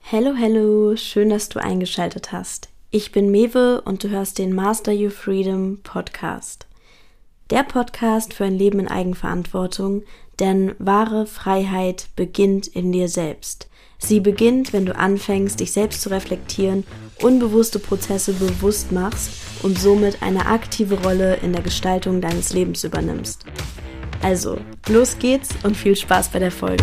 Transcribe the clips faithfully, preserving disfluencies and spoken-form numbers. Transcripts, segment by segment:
Hello, hello, schön, dass du eingeschaltet hast. Ich bin Mewe und du hörst den Master Your Freedom Podcast. Der Podcast für ein Leben in Eigenverantwortung, denn wahre Freiheit beginnt in dir selbst. Sie beginnt, wenn du anfängst, dich selbst zu reflektieren, unbewusste Prozesse bewusst machst und somit eine aktive Rolle in der Gestaltung deines Lebens übernimmst. Also, los geht's und viel Spaß bei der Folge.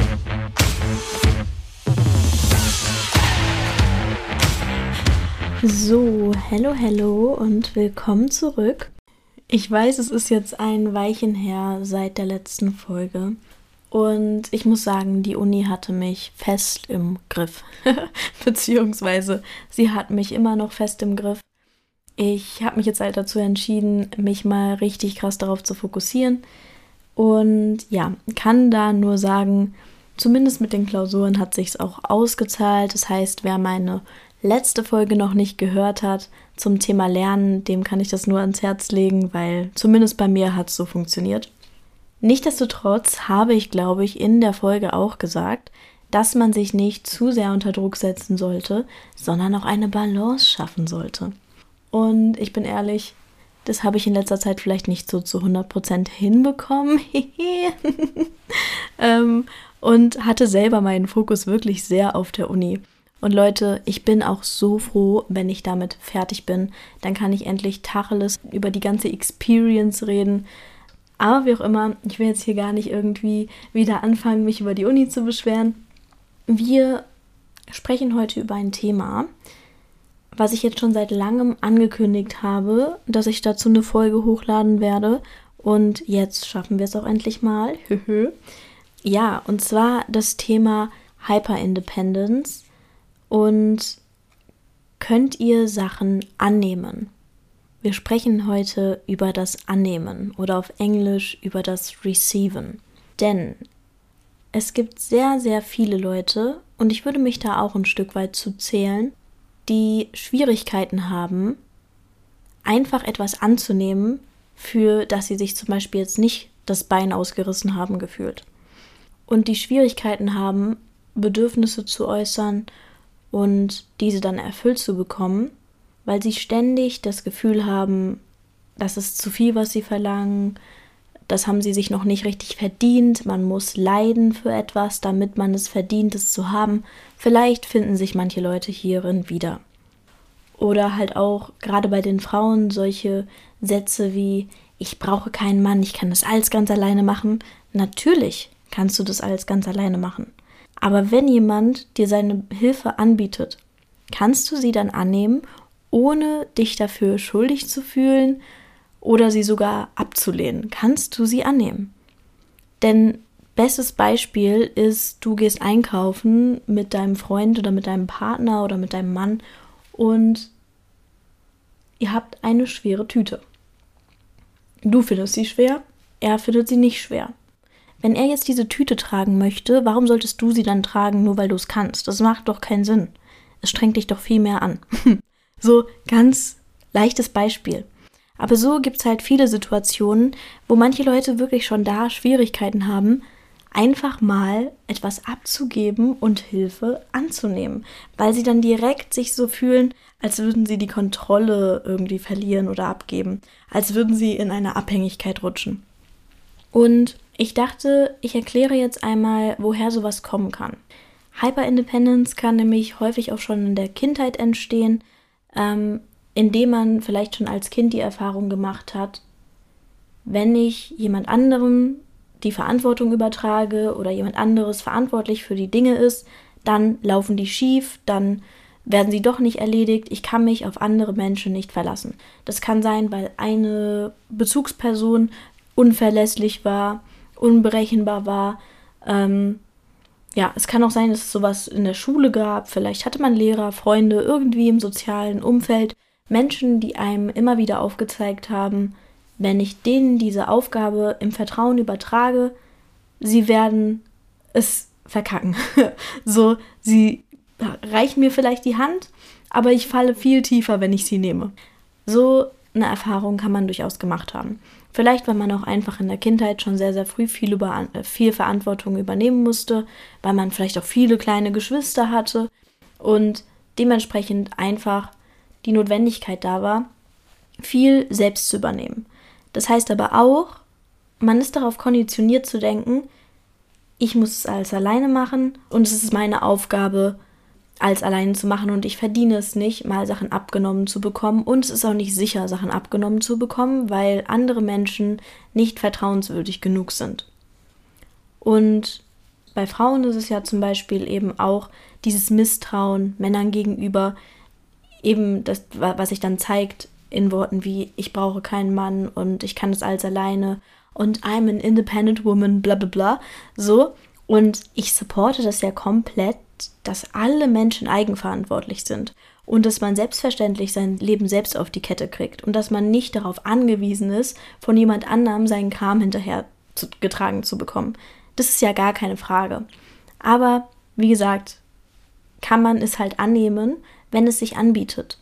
So, hello, hello und willkommen zurück. Ich weiß, es ist jetzt ein Weilchen her seit der letzten Folge und ich muss sagen, die Uni hatte mich fest im Griff, beziehungsweise sie hat mich immer noch fest im Griff. Ich habe mich jetzt halt dazu entschieden, mich mal richtig krass darauf zu fokussieren und ja, kann da nur sagen, zumindest mit den Klausuren hat sich's auch ausgezahlt. Das heißt, wer meine letzte Folge noch nicht gehört hat zum Thema Lernen, dem kann ich das nur ans Herz legen, weil zumindest bei mir hat es so funktioniert. Nichtsdestotrotz habe ich, glaube ich, in der Folge auch gesagt, dass man sich nicht zu sehr unter Druck setzen sollte, sondern auch eine Balance schaffen sollte. Und ich bin ehrlich, das habe ich in letzter Zeit vielleicht nicht so zu hundert Prozent hinbekommen ähm, und hatte selber meinen Fokus wirklich sehr auf der Uni. Und Leute, ich bin auch so froh, wenn ich damit fertig bin. Dann kann ich endlich Tacheles über die ganze Experience reden. Aber wie auch immer, ich will jetzt hier gar nicht irgendwie wieder anfangen, mich über die Uni zu beschweren. Wir sprechen heute über ein Thema, was ich jetzt schon seit langem angekündigt habe, dass ich dazu eine Folge hochladen werde. Und jetzt schaffen wir es auch endlich mal. Ja, und zwar das Thema Hyperindependence. Und könnt ihr Sachen annehmen? Wir sprechen heute über das Annehmen oder auf Englisch über das Receiven. Denn es gibt sehr, sehr viele Leute, und ich würde mich da auch ein Stück weit zu zählen, die Schwierigkeiten haben, einfach etwas anzunehmen, für das sie sich zum Beispiel jetzt nicht das Bein ausgerissen haben gefühlt. Und die Schwierigkeiten haben, Bedürfnisse zu äußern und diese dann erfüllt zu bekommen, weil sie ständig das Gefühl haben, das ist zu viel, was sie verlangen, das haben sie sich noch nicht richtig verdient, man muss leiden für etwas, damit man es verdient, es zu haben. Vielleicht finden sich manche Leute hierin wieder. Oder halt auch, gerade bei den Frauen, solche Sätze wie, ich brauche keinen Mann, ich kann das alles ganz alleine machen. Natürlich kannst du das alles ganz alleine machen. Aber wenn jemand dir seine Hilfe anbietet, kannst du sie dann annehmen, ohne dich dafür schuldig zu fühlen oder sie sogar abzulehnen? Kannst du sie annehmen? Denn bestes Beispiel ist, du gehst einkaufen mit deinem Freund oder mit deinem Partner oder mit deinem Mann und ihr habt eine schwere Tüte. Du findest sie schwer, er findet sie nicht schwer. Wenn er jetzt diese Tüte tragen möchte, warum solltest du sie dann tragen, nur weil du es kannst? Das macht doch keinen Sinn. Es strengt dich doch viel mehr an. So ganz leichtes Beispiel. Aber so gibt es halt viele Situationen, wo manche Leute wirklich schon da Schwierigkeiten haben, einfach mal etwas abzugeben und Hilfe anzunehmen. Weil sie dann direkt sich so fühlen, als würden sie die Kontrolle irgendwie verlieren oder abgeben. Als würden sie in eine Abhängigkeit rutschen. Und ich dachte, ich erkläre jetzt einmal, woher sowas kommen kann. Hyperindependence kann nämlich häufig auch schon in der Kindheit entstehen, ähm, indem man vielleicht schon als Kind die Erfahrung gemacht hat, wenn ich jemand anderem die Verantwortung übertrage oder jemand anderes verantwortlich für die Dinge ist, dann laufen die schief, dann werden sie doch nicht erledigt, ich kann mich auf andere Menschen nicht verlassen. Das kann sein, weil eine Bezugsperson unverlässlich war, unberechenbar war. Ähm, ja, es kann auch sein, dass es sowas in der Schule gab. Vielleicht hatte man Lehrer, Freunde, irgendwie im sozialen Umfeld. Menschen, die einem immer wieder aufgezeigt haben, wenn ich denen diese Aufgabe im Vertrauen übertrage, sie werden es verkacken. So, sie reichen mir vielleicht die Hand, aber ich falle viel tiefer, wenn ich sie nehme. So eine Erfahrung kann man durchaus gemacht haben. Vielleicht, weil man auch einfach in der Kindheit schon sehr, sehr früh viel, über, viel Verantwortung übernehmen musste, weil man vielleicht auch viele kleine Geschwister hatte und dementsprechend einfach die Notwendigkeit da war, viel selbst zu übernehmen. Das heißt aber auch, man ist darauf konditioniert zu denken, ich muss es alles alleine machen und es ist meine Aufgabe, alles alleine zu machen und ich verdiene es nicht, mal Sachen abgenommen zu bekommen und es ist auch nicht sicher, Sachen abgenommen zu bekommen, weil andere Menschen nicht vertrauenswürdig genug sind. Und bei Frauen ist es ja zum Beispiel eben auch dieses Misstrauen Männern gegenüber, eben das, was sich dann zeigt in Worten wie, ich brauche keinen Mann und ich kann das alles alleine und I'm an independent woman, bla bla bla, so. Und ich supporte das ja komplett, dass alle Menschen eigenverantwortlich sind und dass man selbstverständlich sein Leben selbst auf die Kette kriegt und dass man nicht darauf angewiesen ist, von jemand anderem seinen Kram hinterher zu, getragen zu bekommen. Das ist ja gar keine Frage. Aber, wie gesagt, kann man es halt annehmen, wenn es sich anbietet.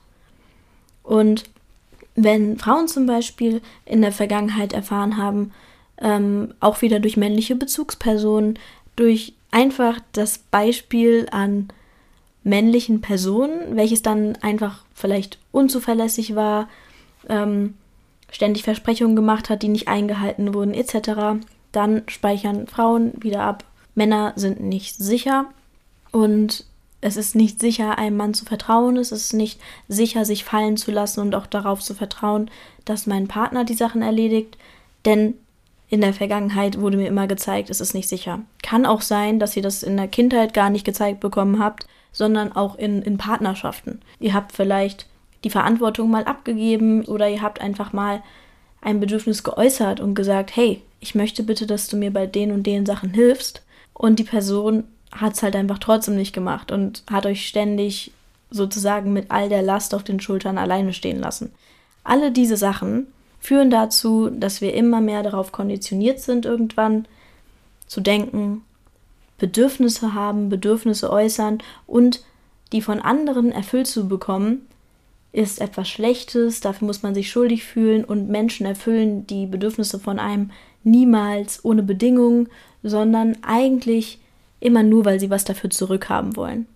Und wenn Frauen zum Beispiel in der Vergangenheit erfahren haben, ähm, auch wieder durch männliche Bezugspersonen, durch einfach das Beispiel an männlichen Personen, welches dann einfach vielleicht unzuverlässig war, ähm, ständig Versprechungen gemacht hat, die nicht eingehalten wurden, et cetera, dann speichern Frauen wieder ab. Männer sind nicht sicher und es ist nicht sicher, einem Mann zu vertrauen. Es ist nicht sicher, sich fallen zu lassen und auch darauf zu vertrauen, dass mein Partner die Sachen erledigt. Denn in der Vergangenheit wurde mir immer gezeigt, es ist nicht sicher. Kann auch sein, dass ihr das in der Kindheit gar nicht gezeigt bekommen habt, sondern auch in, in Partnerschaften. Ihr habt vielleicht die Verantwortung mal abgegeben oder ihr habt einfach mal ein Bedürfnis geäußert und gesagt, hey, ich möchte bitte, dass du mir bei den und den Sachen hilfst. Und die Person hat es halt einfach trotzdem nicht gemacht und hat euch ständig sozusagen mit all der Last auf den Schultern alleine stehen lassen. Alle diese Sachen führen dazu, dass wir immer mehr darauf konditioniert sind, irgendwann zu denken, Bedürfnisse haben, Bedürfnisse äußern und die von anderen erfüllt zu bekommen, ist etwas Schlechtes, dafür muss man sich schuldig fühlen und Menschen erfüllen die Bedürfnisse von einem niemals ohne Bedingungen, sondern eigentlich immer nur, weil sie was dafür zurückhaben wollen.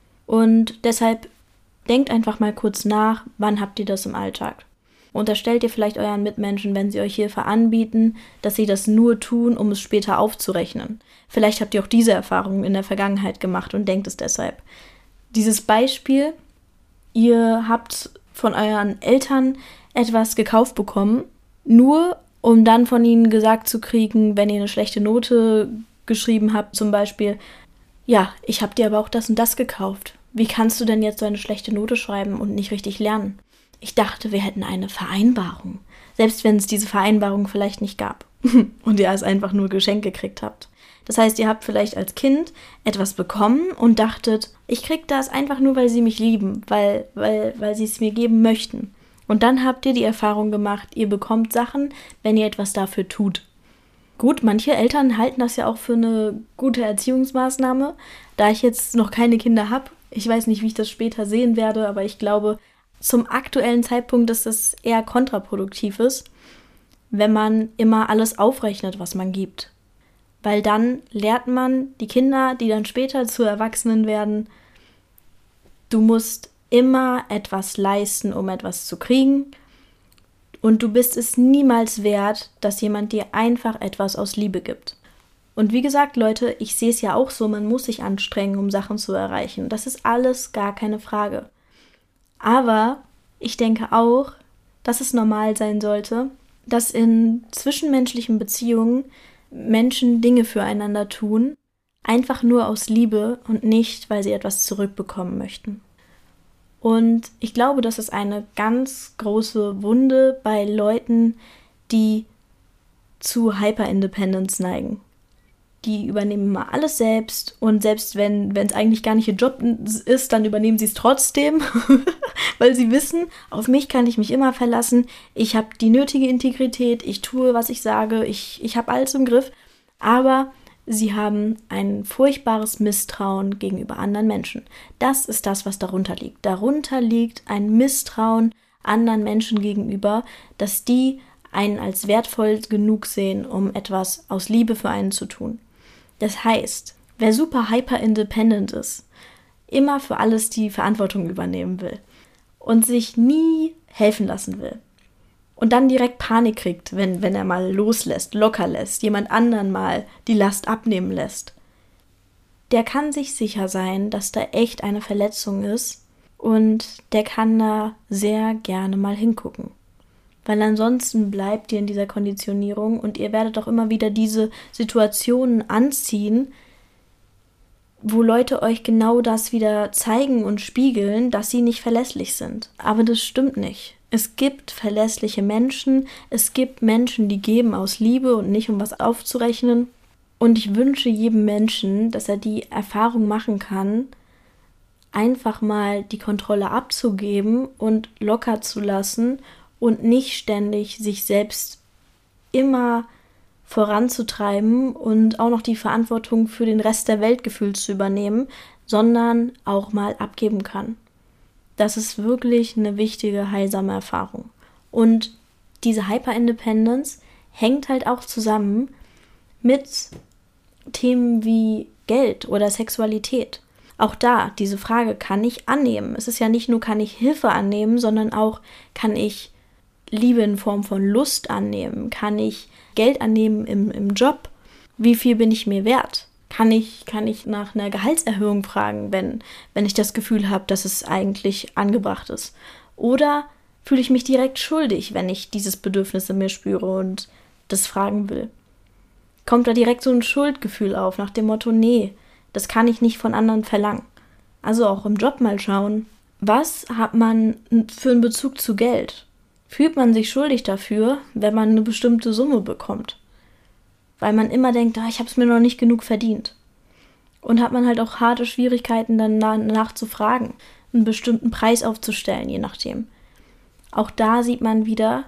Und deshalb denkt einfach mal kurz nach, wann habt ihr das im Alltag? Unterstellt ihr vielleicht euren Mitmenschen, wenn sie euch Hilfe anbieten, dass sie das nur tun, um es später aufzurechnen. Vielleicht habt ihr auch diese Erfahrungen in der Vergangenheit gemacht und denkt es deshalb. Dieses Beispiel, ihr habt von euren Eltern etwas gekauft bekommen, nur um dann von ihnen gesagt zu kriegen, wenn ihr eine schlechte Note geschrieben habt, zum Beispiel, ja, ich habe dir aber auch das und das gekauft. Wie kannst du denn jetzt so eine schlechte Note schreiben und nicht richtig lernen? Ich dachte, wir hätten eine Vereinbarung. Selbst wenn es diese Vereinbarung vielleicht nicht gab. Und ihr es einfach nur geschenkt gekriegt habt. Das heißt, ihr habt vielleicht als Kind etwas bekommen und dachtet, ich krieg das einfach nur, weil sie mich lieben, weil, weil, weil sie es mir geben möchten. Und dann habt ihr die Erfahrung gemacht, ihr bekommt Sachen, wenn ihr etwas dafür tut. Gut, manche Eltern halten das ja auch für eine gute Erziehungsmaßnahme. Da ich jetzt noch keine Kinder habe, ich weiß nicht, wie ich das später sehen werde, aber ich glaube, zum aktuellen Zeitpunkt ist es eher kontraproduktiv ist, wenn man immer alles aufrechnet, was man gibt. Weil dann lehrt man die Kinder, die dann später zu Erwachsenen werden, du musst immer etwas leisten, um etwas zu kriegen. Und du bist es niemals wert, dass jemand dir einfach etwas aus Liebe gibt. Und wie gesagt, Leute, ich sehe es ja auch so, man muss sich anstrengen, um Sachen zu erreichen. Das ist alles gar keine Frage. Aber ich denke auch, dass es normal sein sollte, dass in zwischenmenschlichen Beziehungen Menschen Dinge füreinander tun, einfach nur aus Liebe und nicht, weil sie etwas zurückbekommen möchten. Und ich glaube, das ist eine ganz große Wunde bei Leuten, die zu Hyper-Independence neigen. Die übernehmen mal alles selbst und selbst wenn wenn es eigentlich gar nicht ihr Job ist, dann übernehmen sie es trotzdem, weil sie wissen, auf mich kann ich mich immer verlassen, ich habe die nötige Integrität, ich tue, was ich sage, ich, ich habe alles im Griff, aber sie haben ein furchtbares Misstrauen gegenüber anderen Menschen. Das ist das, was darunter liegt. Darunter liegt ein Misstrauen anderen Menschen gegenüber, dass die einen als wertvoll genug sehen, um etwas aus Liebe für einen zu tun. Das heißt, wer super hyper-independent ist, immer für alles die Verantwortung übernehmen will und sich nie helfen lassen will und dann direkt Panik kriegt, wenn, wenn er mal loslässt, locker lässt, jemand anderen mal die Last abnehmen lässt, der kann sich sicher sein, dass da echt eine Verletzung ist und der kann da sehr gerne mal hingucken. Weil ansonsten bleibt ihr in dieser Konditionierung und ihr werdet auch immer wieder diese Situationen anziehen, wo Leute euch genau das wieder zeigen und spiegeln, dass sie nicht verlässlich sind. Aber das stimmt nicht. Es gibt verlässliche Menschen, es gibt Menschen, die geben aus Liebe und nicht um was aufzurechnen. Und ich wünsche jedem Menschen, dass er die Erfahrung machen kann, einfach mal die Kontrolle abzugeben und locker zu lassen und nicht ständig sich selbst immer voranzutreiben und auch noch die Verantwortung für den Rest der Welt gefühlt zu übernehmen, sondern auch mal abgeben kann. Das ist wirklich eine wichtige, heilsame Erfahrung. Und diese Hyper-Independence hängt halt auch zusammen mit Themen wie Geld oder Sexualität. Auch da, diese Frage, kann ich annehmen? Es ist ja nicht nur, kann ich Hilfe annehmen, sondern auch, kann ich Liebe in Form von Lust annehmen? Kann ich Geld annehmen im, im Job? Wie viel bin ich mir wert? Kann ich, kann ich nach einer Gehaltserhöhung fragen, wenn, wenn ich das Gefühl habe, dass es eigentlich angebracht ist? Oder fühle ich mich direkt schuldig, wenn ich dieses Bedürfnis in mir spüre und das fragen will? Kommt da direkt so ein Schuldgefühl auf, nach dem Motto, nee, das kann ich nicht von anderen verlangen. Also auch im Job mal schauen, was hat man für einen Bezug zu Geld? Fühlt man sich schuldig dafür, wenn man eine bestimmte Summe bekommt? Weil man immer denkt, ah, ich habe es mir noch nicht genug verdient. Und hat man halt auch harte Schwierigkeiten, dann nachzufragen, einen bestimmten Preis aufzustellen, je nachdem. Auch da sieht man wieder,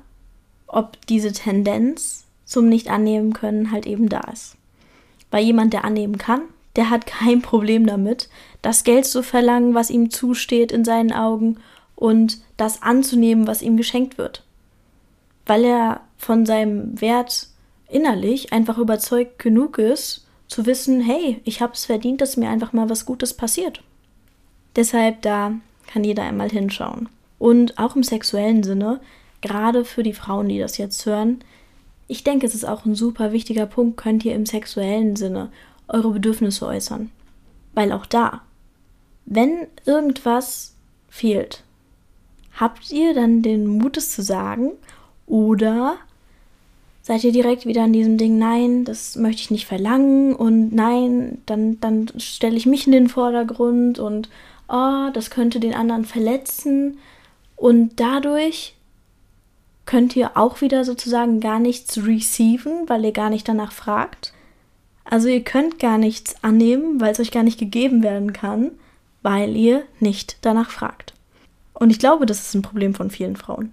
ob diese Tendenz zum Nicht-Annehmen können halt eben da ist. Weil jemand, der annehmen kann, der hat kein Problem damit, das Geld zu verlangen, was ihm zusteht in seinen Augen und das anzunehmen, was ihm geschenkt wird. Weil er von seinem Wert innerlich einfach überzeugt genug ist, zu wissen, hey, ich habe es verdient, dass mir einfach mal was Gutes passiert. Deshalb da kann jeder einmal hinschauen. Und auch im sexuellen Sinne, gerade für die Frauen, die das jetzt hören, ich denke, es ist auch ein super wichtiger Punkt, könnt ihr im sexuellen Sinne eure Bedürfnisse äußern. Weil auch da, wenn irgendwas fehlt, habt ihr dann den Mut, es zu sagen, oder seid ihr direkt wieder an diesem Ding, nein, das möchte ich nicht verlangen und nein, dann, dann stelle ich mich in den Vordergrund und oh, das könnte den anderen verletzen und dadurch könnt ihr auch wieder sozusagen gar nichts receiven, weil ihr gar nicht danach fragt. Also ihr könnt gar nichts annehmen, weil es euch gar nicht gegeben werden kann, weil ihr nicht danach fragt. Und ich glaube, das ist ein Problem von vielen Frauen.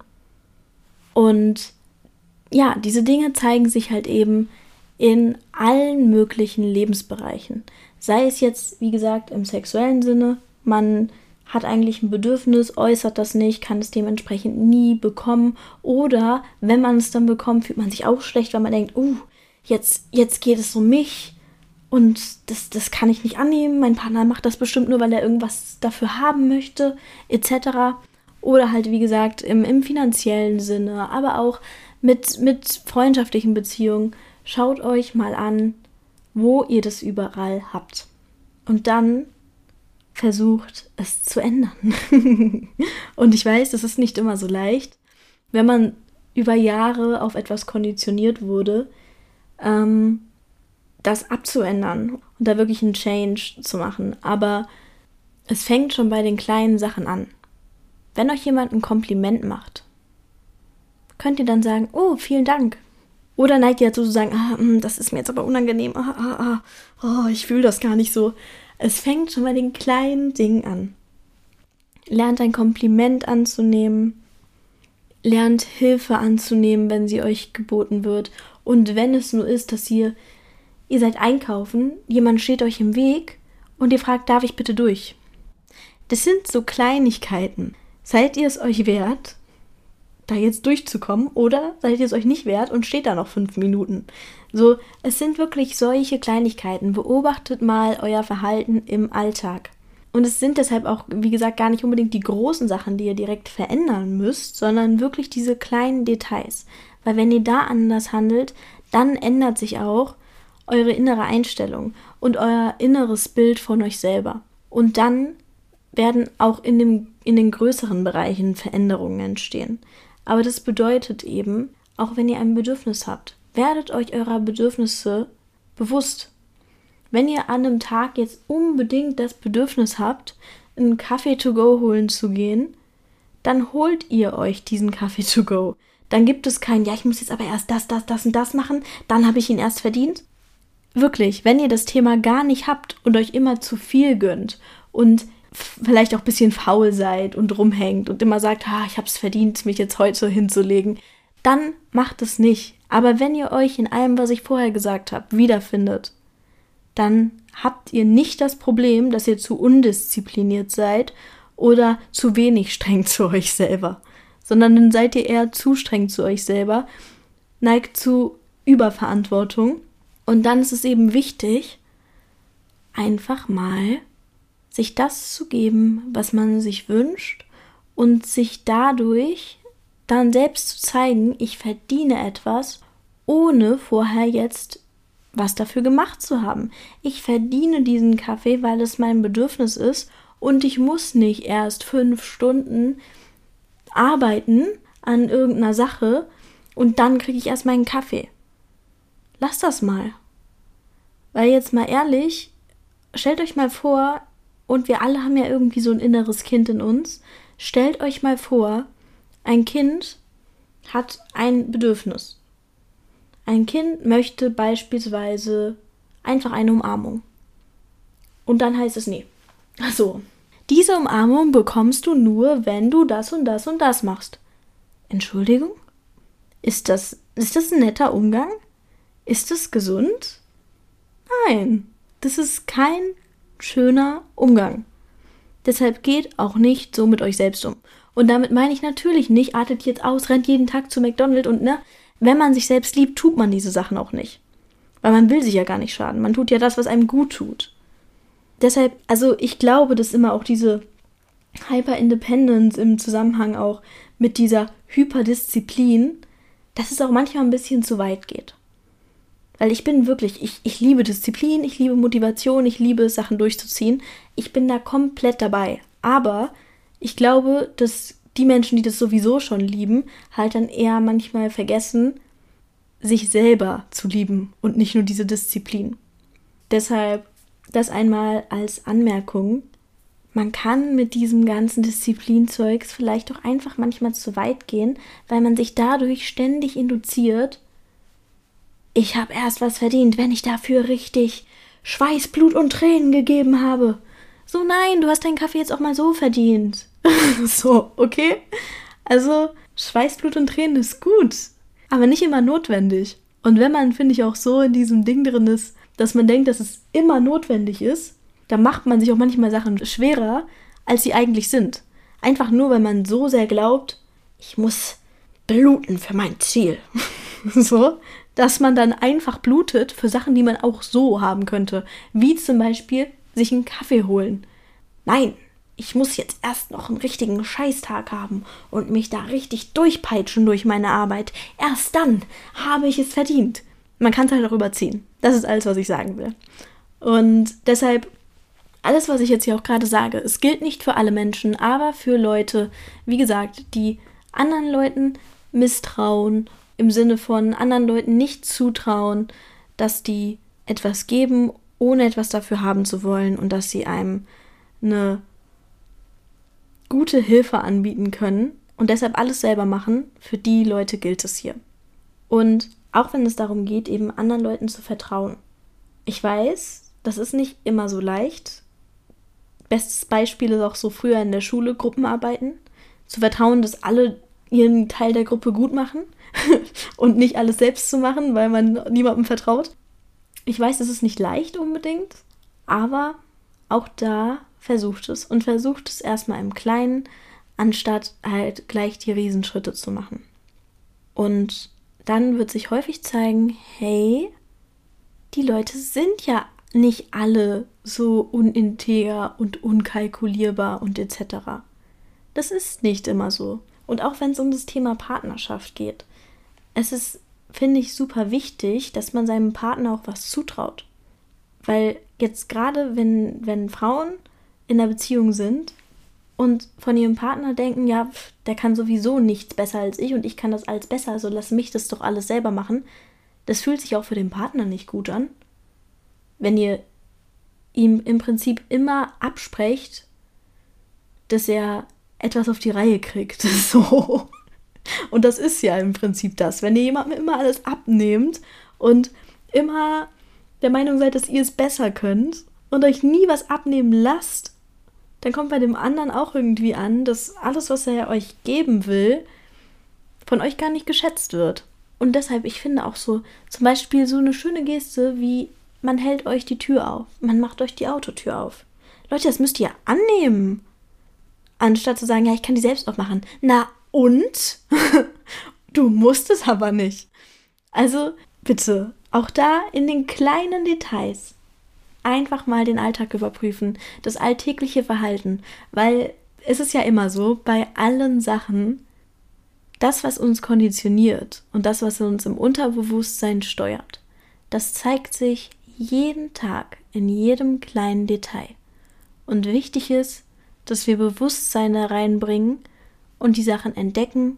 Und ja, diese Dinge zeigen sich halt eben in allen möglichen Lebensbereichen. Sei es jetzt, wie gesagt, im sexuellen Sinne, man hat eigentlich ein Bedürfnis, äußert das nicht, kann es dementsprechend nie bekommen. Oder wenn man es dann bekommt, fühlt man sich auch schlecht, weil man denkt, uh, jetzt, jetzt geht es um mich und das, das kann ich nicht annehmen. Mein Partner macht das bestimmt nur, weil er irgendwas dafür haben möchte, et cetera. Oder halt, wie gesagt, im, im finanziellen Sinne, aber auch mit, mit freundschaftlichen Beziehungen. Schaut euch mal an, wo ihr das überall habt. Und dann versucht, es zu ändern. Und ich weiß, das ist nicht immer so leicht, wenn man über Jahre auf etwas konditioniert wurde, ähm, das abzuändern und da wirklich einen Change zu machen. Aber es fängt schon bei den kleinen Sachen an. Wenn euch jemand ein Kompliment macht, könnt ihr dann sagen, oh, vielen Dank. Oder neigt ihr dazu zu sagen, ah, das ist mir jetzt aber unangenehm, ah, ah, ah, oh, ich fühle das gar nicht so. Es fängt schon bei den kleinen Dingen an. Lernt ein Kompliment anzunehmen, lernt Hilfe anzunehmen, wenn sie euch geboten wird. Und wenn es nur ist, dass ihr, ihr seid einkaufen, jemand steht euch im Weg und ihr fragt, darf ich bitte durch? Das sind so Kleinigkeiten. Seid ihr es euch wert, da jetzt durchzukommen, oder seid ihr es euch nicht wert und steht da noch fünf Minuten? So, es sind wirklich solche Kleinigkeiten. Beobachtet mal euer Verhalten im Alltag. Und es sind deshalb auch, wie gesagt, gar nicht unbedingt die großen Sachen, die ihr direkt verändern müsst, sondern wirklich diese kleinen Details. Weil wenn ihr da anders handelt, dann ändert sich auch eure innere Einstellung und euer inneres Bild von euch selber. Und dann werden auch in, dem, in den größeren Bereichen Veränderungen entstehen. Aber das bedeutet eben, auch wenn ihr ein Bedürfnis habt, werdet euch eurer Bedürfnisse bewusst. Wenn ihr an einem Tag jetzt unbedingt das Bedürfnis habt, einen Kaffee to go holen zu gehen, dann holt ihr euch diesen Kaffee to go. Dann gibt es kein, ja, ich muss jetzt aber erst das, das, das und das machen, dann habe ich ihn erst verdient. Wirklich, wenn ihr das Thema gar nicht habt und euch immer zu viel gönnt und vielleicht auch ein bisschen faul seid und rumhängt und immer sagt, ah, ich habe es verdient, mich jetzt heute hinzulegen, dann macht es nicht. Aber wenn ihr euch in allem, was ich vorher gesagt habe, wiederfindet, dann habt ihr nicht das Problem, dass ihr zu undiszipliniert seid oder zu wenig streng zu euch selber, sondern dann seid ihr eher zu streng zu euch selber, neigt zu Überverantwortung. Und dann ist es eben wichtig, einfach mal sich das zu geben, was man sich wünscht und sich dadurch dann selbst zu zeigen, ich verdiene etwas, ohne vorher jetzt was dafür gemacht zu haben. Ich verdiene diesen Kaffee, weil es mein Bedürfnis ist und ich muss nicht erst fünf Stunden arbeiten an irgendeiner Sache und dann kriege ich erst meinen Kaffee. Lass das mal. Weil jetzt mal ehrlich, stellt euch mal vor, und wir alle haben ja irgendwie so ein inneres Kind in uns, stellt euch mal vor, ein Kind hat ein Bedürfnis. Ein Kind möchte beispielsweise einfach eine Umarmung. Und dann heißt es, nee. Ach so, diese Umarmung bekommst du nur, wenn du das und das und das machst. Entschuldigung? Ist das, ist das ein netter Umgang? Ist das gesund? Nein, das ist kein schöner Umgang. Deshalb geht auch nicht so mit euch selbst um. Und damit meine ich natürlich nicht, artet jetzt aus, rennt jeden Tag zu McDonald's und ne, wenn man sich selbst liebt, tut man diese Sachen auch nicht. Weil man will sich ja gar nicht schaden. Man tut ja das, was einem gut tut. Deshalb, also ich glaube, dass immer auch diese Hyper-Independence im Zusammenhang auch mit dieser Hyperdisziplin, dass es auch manchmal ein bisschen zu weit geht. Weil ich bin wirklich, ich, ich liebe Disziplin, ich liebe Motivation, ich liebe es, Sachen durchzuziehen. Ich bin da komplett dabei. Aber ich glaube, dass die Menschen, die das sowieso schon lieben, halt dann eher manchmal vergessen, sich selber zu lieben und nicht nur diese Disziplin. Deshalb das einmal als Anmerkung. Man kann mit diesem ganzen Disziplinzeugs vielleicht auch einfach manchmal zu weit gehen, weil man sich dadurch ständig induziert, ich habe erst was verdient, wenn ich dafür richtig Schweiß, Blut und Tränen gegeben habe. So, nein, du hast deinen Kaffee jetzt auch mal so verdient. So, okay? Also, Schweiß, Blut und Tränen ist gut, aber nicht immer notwendig. Und wenn man, finde ich, auch so in diesem Ding drin ist, dass man denkt, dass es immer notwendig ist, dann macht man sich auch manchmal Sachen schwerer, als sie eigentlich sind. Einfach nur, weil man so sehr glaubt, ich muss bluten für mein Ziel. So, dass man dann einfach blutet für Sachen, die man auch so haben könnte. Wie zum Beispiel sich einen Kaffee holen. Nein, ich muss jetzt erst noch einen richtigen Scheißtag haben und mich da richtig durchpeitschen durch meine Arbeit. Erst dann habe ich es verdient. Man kann es halt auch überziehen. Das ist alles, was ich sagen will. Und deshalb, alles, was ich jetzt hier auch gerade sage, es gilt nicht für alle Menschen, aber für Leute, wie gesagt, die anderen Leuten misstrauen, im Sinne von anderen Leuten nicht zutrauen, dass die etwas geben, ohne etwas dafür haben zu wollen und dass sie einem eine gute Hilfe anbieten können und deshalb alles selber machen. Für die Leute gilt es hier. Und auch wenn es darum geht, eben anderen Leuten zu vertrauen. Ich weiß, das ist nicht immer so leicht. Bestes Beispiel ist auch so früher in der Schule, Gruppenarbeiten. Zu vertrauen, dass alle ihren Teil der Gruppe gut machen und nicht alles selbst zu machen, weil man niemandem vertraut. Ich weiß, es ist nicht leicht unbedingt, aber auch da versucht es. Und versucht es erstmal im Kleinen, anstatt halt gleich die Riesenschritte zu machen. Und dann wird sich häufig zeigen, hey, die Leute sind ja nicht alle so uninteger und unkalkulierbar und et cetera. Das ist nicht immer so. Und auch wenn es um das Thema Partnerschaft geht. Es ist, finde ich, super wichtig, dass man seinem Partner auch was zutraut. Weil jetzt gerade, wenn, wenn Frauen in einer Beziehung sind und von ihrem Partner denken, ja, der kann sowieso nichts besser als ich und ich kann das alles besser, also lass mich das doch alles selber machen. Das fühlt sich auch für den Partner nicht gut an. Wenn ihr ihm im Prinzip immer absprecht, dass er etwas auf die Reihe kriegt. So. Und das ist ja im Prinzip das. Wenn ihr jemandem immer alles abnehmt und immer der Meinung seid, dass ihr es besser könnt und euch nie was abnehmen lasst, dann kommt bei dem anderen auch irgendwie an, dass alles, was er euch geben will, von euch gar nicht geschätzt wird. Und deshalb, ich finde auch so, zum Beispiel so eine schöne Geste wie, man hält euch die Tür auf, man macht euch die Autotür auf. Leute, das müsst ihr annehmen. Anstatt zu sagen, ja, ich kann die selbst aufmachen. Na und? Du musst es aber nicht. Also bitte, auch da in den kleinen Details einfach mal den Alltag überprüfen, das alltägliche Verhalten, weil es ist ja immer so, bei allen Sachen, das, was uns konditioniert und das, was uns im Unterbewusstsein steuert, das zeigt sich jeden Tag in jedem kleinen Detail. Und wichtig ist, dass wir Bewusstsein da reinbringen und die Sachen entdecken,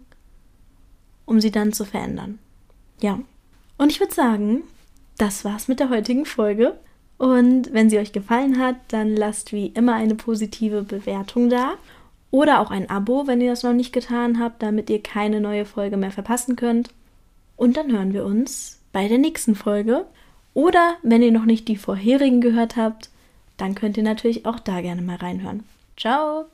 um sie dann zu verändern. Ja, und ich würde sagen, das war's mit der heutigen Folge. Und wenn sie euch gefallen hat, dann lasst wie immer eine positive Bewertung da oder auch ein Abo, wenn ihr das noch nicht getan habt, damit ihr keine neue Folge mehr verpassen könnt. Und dann hören wir uns bei der nächsten Folge. Oder wenn ihr noch nicht die vorherigen gehört habt, dann könnt ihr natürlich auch da gerne mal reinhören. Ciao!